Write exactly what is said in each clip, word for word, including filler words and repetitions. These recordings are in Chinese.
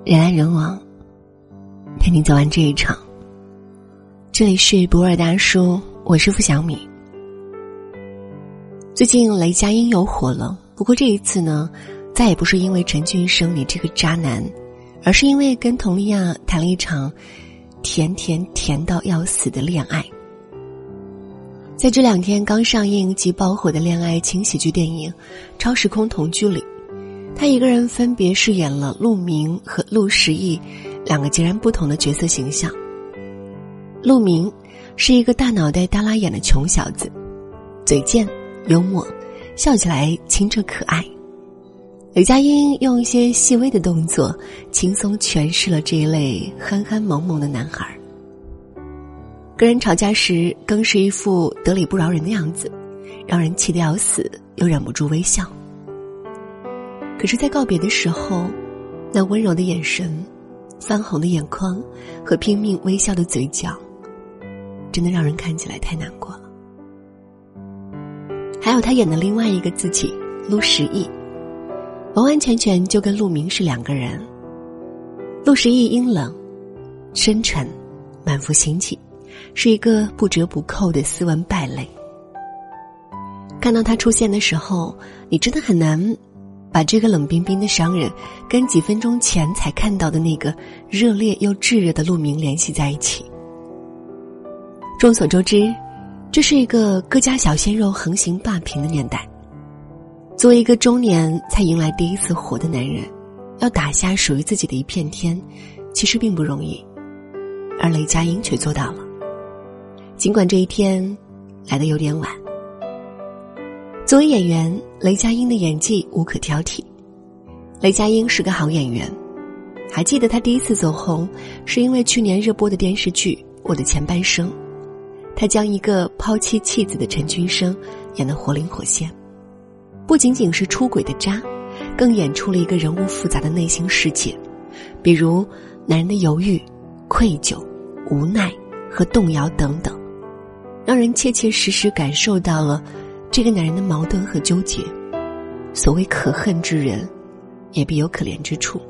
人来人往，陪你走完这一场。这里是博尔大叔，我是付小米。最近雷佳音又火了，不过这一次呢，再也不是因为陈俊生你这个渣男，而是因为跟佟丽娅谈了一场甜甜甜到要死的恋爱。在这两天刚上映及爆火的恋爱轻喜剧电影《超时空同居》里，他一个人分别饰演了陆明和陆时义两个截然不同的角色形象。陆明是一个大脑袋耷拉眼的穷小子，嘴贱幽默，笑起来清澈可爱。雷佳音用一些细微的动作轻松诠释了这一类憨憨萌萌的男孩。跟人吵架时更是一副得理不饶人的样子，让人气得要死又忍不住微笑。可是在告别的时候，那温柔的眼神，泛红的眼眶和拼命微笑的嘴角，真的让人看起来太难过了。还有他演的另外一个自己陆时义，完完全全就跟陆明是两个人。陆时义阴冷深沉，满腹心计，是一个不折不扣的斯文败类。看到他出现的时候，你真的很难把这个冷冰冰的商人跟几分钟前才看到的那个热烈又炙热的陆明联系在一起。众所周知，这是一个各家小鲜肉横行霸屏的年代。作为一个中年才迎来第一次火的男人，要打下属于自己的一片天，其实并不容易，而雷佳音却做到了。尽管这一天来得有点晚。作为演员，雷佳音的演技无可挑剔。雷佳音是个好演员，还记得他第一次走红是因为去年热播的电视剧《我的前半生》，他将一个抛妻弃子的陈俊生演得活灵活现，不仅仅是出轨的渣，更演出了一个人物复杂的内心世界，比如男人的犹豫、愧疚、无奈和动摇等等，让人切切实实感受到了这个男人的矛盾和纠结。所谓可恨之人，也必有可怜之处。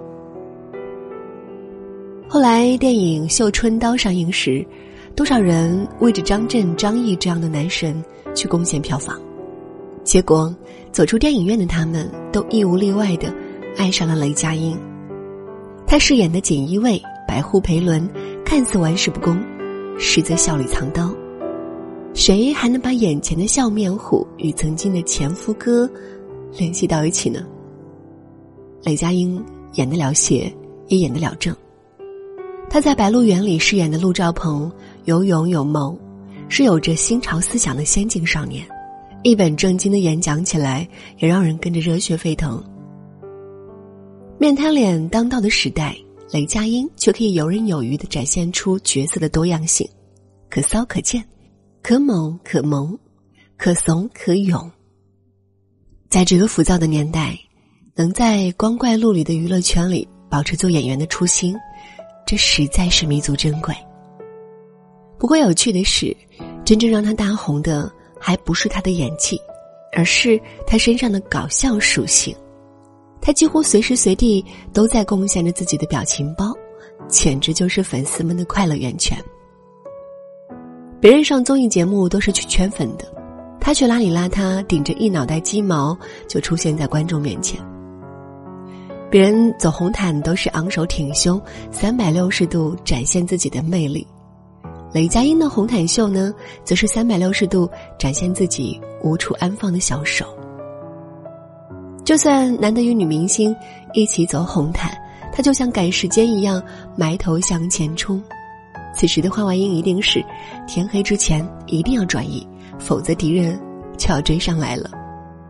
后来电影《绣春刀》上映时，多少人为着张震、张译这样的男神去贡献票房，结果走出电影院的他们都一无例外地爱上了雷佳音。他饰演的锦衣卫白狐裴伦看似玩世不恭，实则笑里藏刀。谁还能把眼前的笑面虎与曾经的前夫哥联系到一起呢？雷佳音演得了邪，也演得了正。他在《白鹿原》里饰演的陆兆鹏有勇有谋，是有着新潮思想的先进少年，一本正经的演讲起来也让人跟着热血沸腾。面瘫脸当道的时代，雷佳音却可以游刃有余地展现出角色的多样性，可骚可贱，可猛可萌，可怂可勇。在这个浮躁的年代，能在光怪陆离的娱乐圈里保持做演员的初心，这实在是弥足珍贵。不过有趣的是，真正让他大红的还不是他的演技，而是他身上的搞笑属性。他几乎随时随地都在贡献着自己的表情包，简直就是粉丝们的快乐源泉。别人上综艺节目都是去圈粉的，他却邋里邋遢顶着一脑袋鸡毛就出现在观众面前。别人走红毯都是昂首挺胸，三百六十度展现自己的魅力，雷佳音的红毯秀呢，则是三百六十度展现自己无处安放的小手。就算难得与女明星一起走红毯，他就像赶时间一样埋头向前冲。此时的话外音一定是天黑之前一定要转移，否则敌人就要追上来了。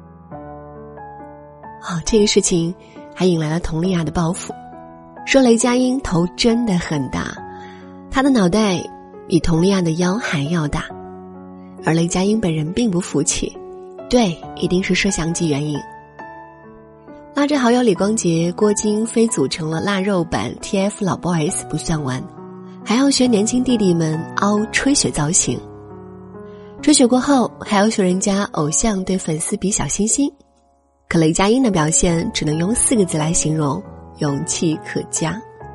哦，这个事情还引来了佟丽娅的报复，说雷佳音头真的很大，他的脑袋比佟丽娅的腰还要大。而雷佳音本人并不服气，对，一定是摄像机原因。拉着好友李光洁、郭京非组成了腊肉版 T F 老 boys 不算完，还要学年轻弟弟们凹吹雪造型。吹雪过后还要求人家偶像对粉丝比小心心，可雷佳音的表现只能用四个字来形容：勇气可嘉。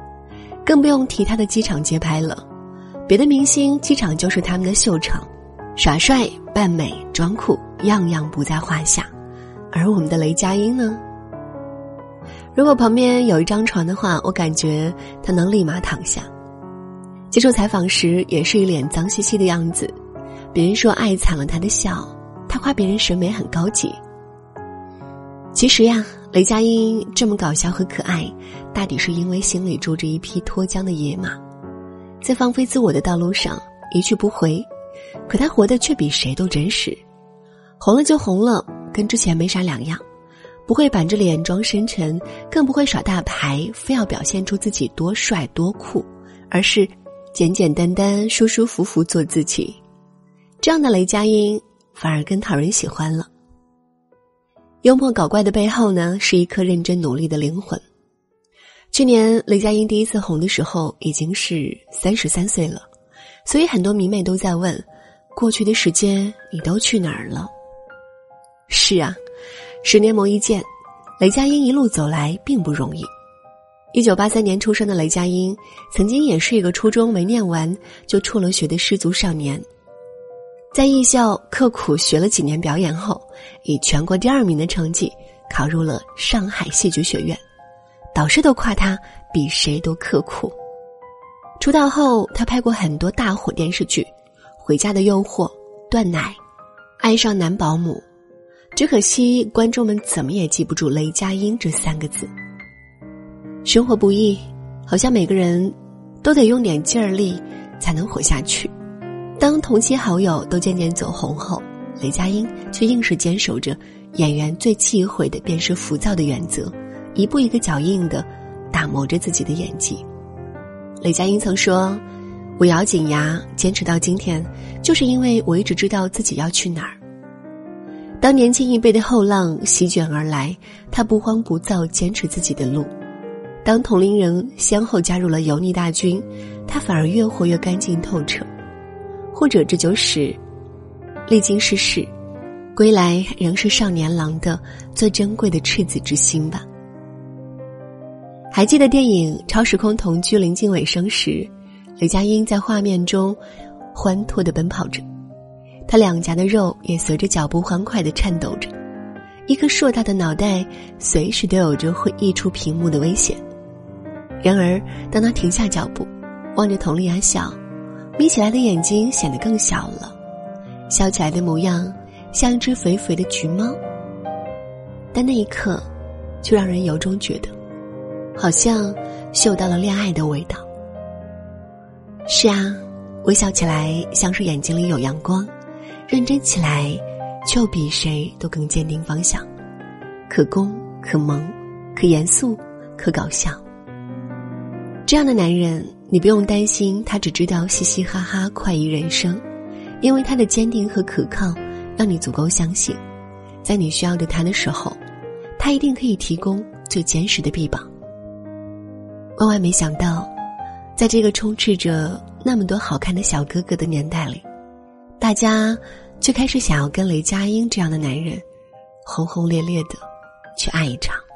更不用提他的机场街拍了。别的明星机场就是他们的秀场，耍帅、扮美、装酷，样样不在话下。而我们的雷佳音呢？如果旁边有一张床的话，我感觉他能立马躺下。接受采访时也是一脸脏兮兮的样子，别人说爱惨了他的笑，他夸别人审美很高级。其实呀，雷佳音这么搞笑和可爱，大抵是因为心里住着一匹脱缰的野马，在放飞自我的道路上一去不回，可他活得却比谁都真实。红了就红了，跟之前没啥两样，不会板着脸装深沉，更不会耍大牌，非要表现出自己多帅多酷，而是简简单单舒舒服服做自己。这样的雷佳音反而更讨人喜欢了。幽默搞怪的背后呢，是一颗认真努力的灵魂。去年雷佳音第一次红的时候已经是三十三岁了，所以很多迷妹都在问，过去的时间你都去哪儿了？是啊，十年磨一剑，雷佳音一路走来并不容易。一九八三年出生的雷佳音，曾经也是一个初中没念完就辍了学的失足少年。在艺校刻苦学了几年表演后，以全国第二名的成绩考入了上海戏剧学院，导师都夸他比谁都刻苦。出道后，他拍过很多大火电视剧，《回家的诱惑》、《断奶》、《爱上男保姆》，只可惜观众们怎么也记不住雷佳音这三个字。生活不易，好像每个人都得用点劲儿力才能活下去。当同期好友都渐渐走红后，雷佳音却硬是坚守着演员最忌讳的便是浮躁的原则，一步一个脚印地打磨着自己的演技。雷佳音曾说，我咬紧牙坚持到今天，就是因为我一直知道自己要去哪儿。当年轻一辈的后浪席卷而来，他不慌不躁坚持自己的路。当同龄人先后加入了油腻大军，他反而越活越干净透彻。或者这就是历经世事，归来仍是少年郎的最珍贵的赤子之心吧。还记得电影《超时空同居》临近尾声时，雷佳音在画面中欢脱地奔跑着，他两颊的肉也随着脚步欢快地颤抖着，一颗硕大的脑袋随时都有着会溢出屏幕的危险。然而当他停下脚步，望着佟丽娅笑，眯起来的眼睛显得更小了，笑起来的模样像一只肥肥的橘猫。但那一刻却让人由衷觉得好像嗅到了恋爱的味道。是啊，微笑起来像是眼睛里有阳光，认真起来就比谁都更坚定方向，可攻可萌，可严肃可搞笑。这样的男人，你不用担心他只知道嘻嘻哈哈快意人生，因为他的坚定和可靠让你足够相信，在你需要着他的时候，他一定可以提供最坚实的臂膀。万万没想到，在这个充斥着那么多好看的小哥哥的年代里，大家却开始想要跟雷佳音这样的男人轰轰烈烈的去爱一场。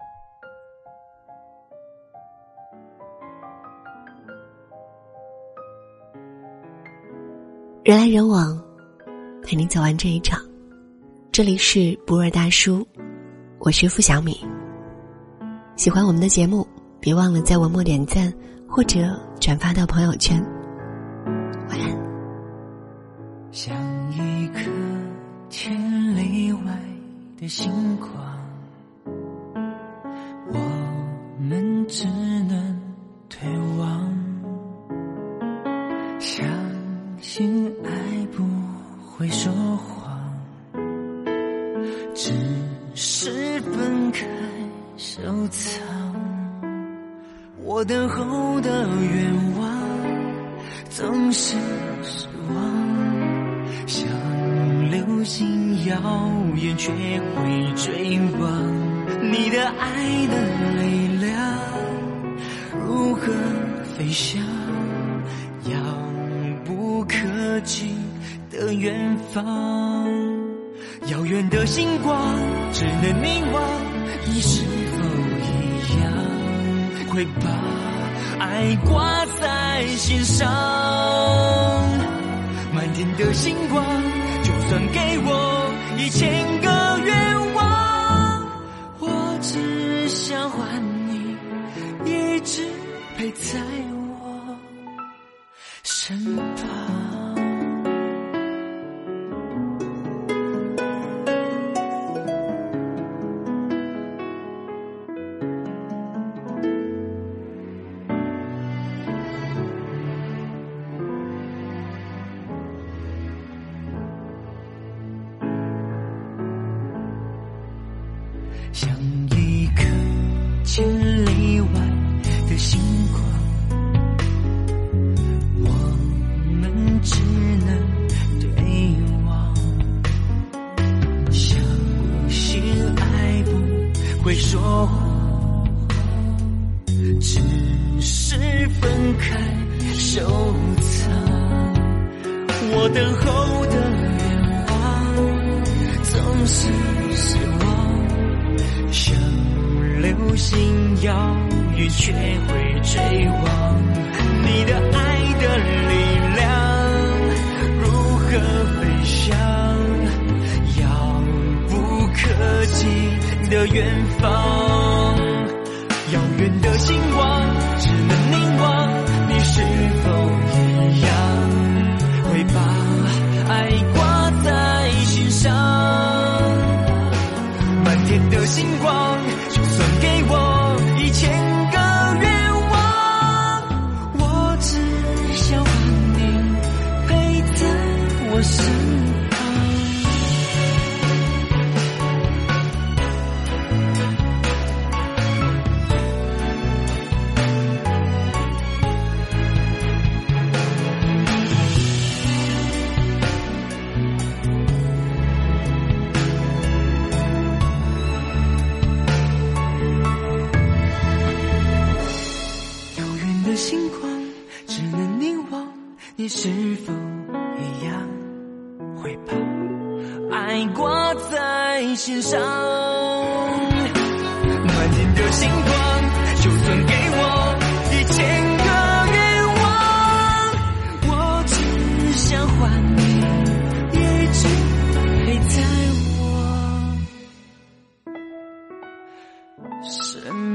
人来人往，陪你走完这一场。这里是不二大叔，我是付小米。喜欢我们的节目，别忘了在文末点赞或者转发到朋友圈。晚安。 像一颗千里外的星光，我们只能退望，相信爱不会说谎，只是分开收藏。我等候的愿望总是失望，像流星遥远却会追望。你的爱的力量如何飞翔，遥不可及的远方，遥远的星光只能凝望，你是否一样会把爱挂在心上。满天的星光，就算给我一千个愿望，我只想还你一直陪在我身旁。像一颗千里外的星光，我们只能对望。相信爱不会说谎，只是分开收藏。我等候的愿望总是失望，像流星摇曳却会坠亡。你的爱的力量如何飞翔，遥不可及的远方。遥远的星光只能凝望，你是否一样会把爱挂在心上。满天的星光，就算给我一千个愿望，我只想还你陪在我身旁。星光只能凝望，你是否一样会把爱挂在心上。满天的星光，就算给我一千个愿望，我只想还你一直陪在我身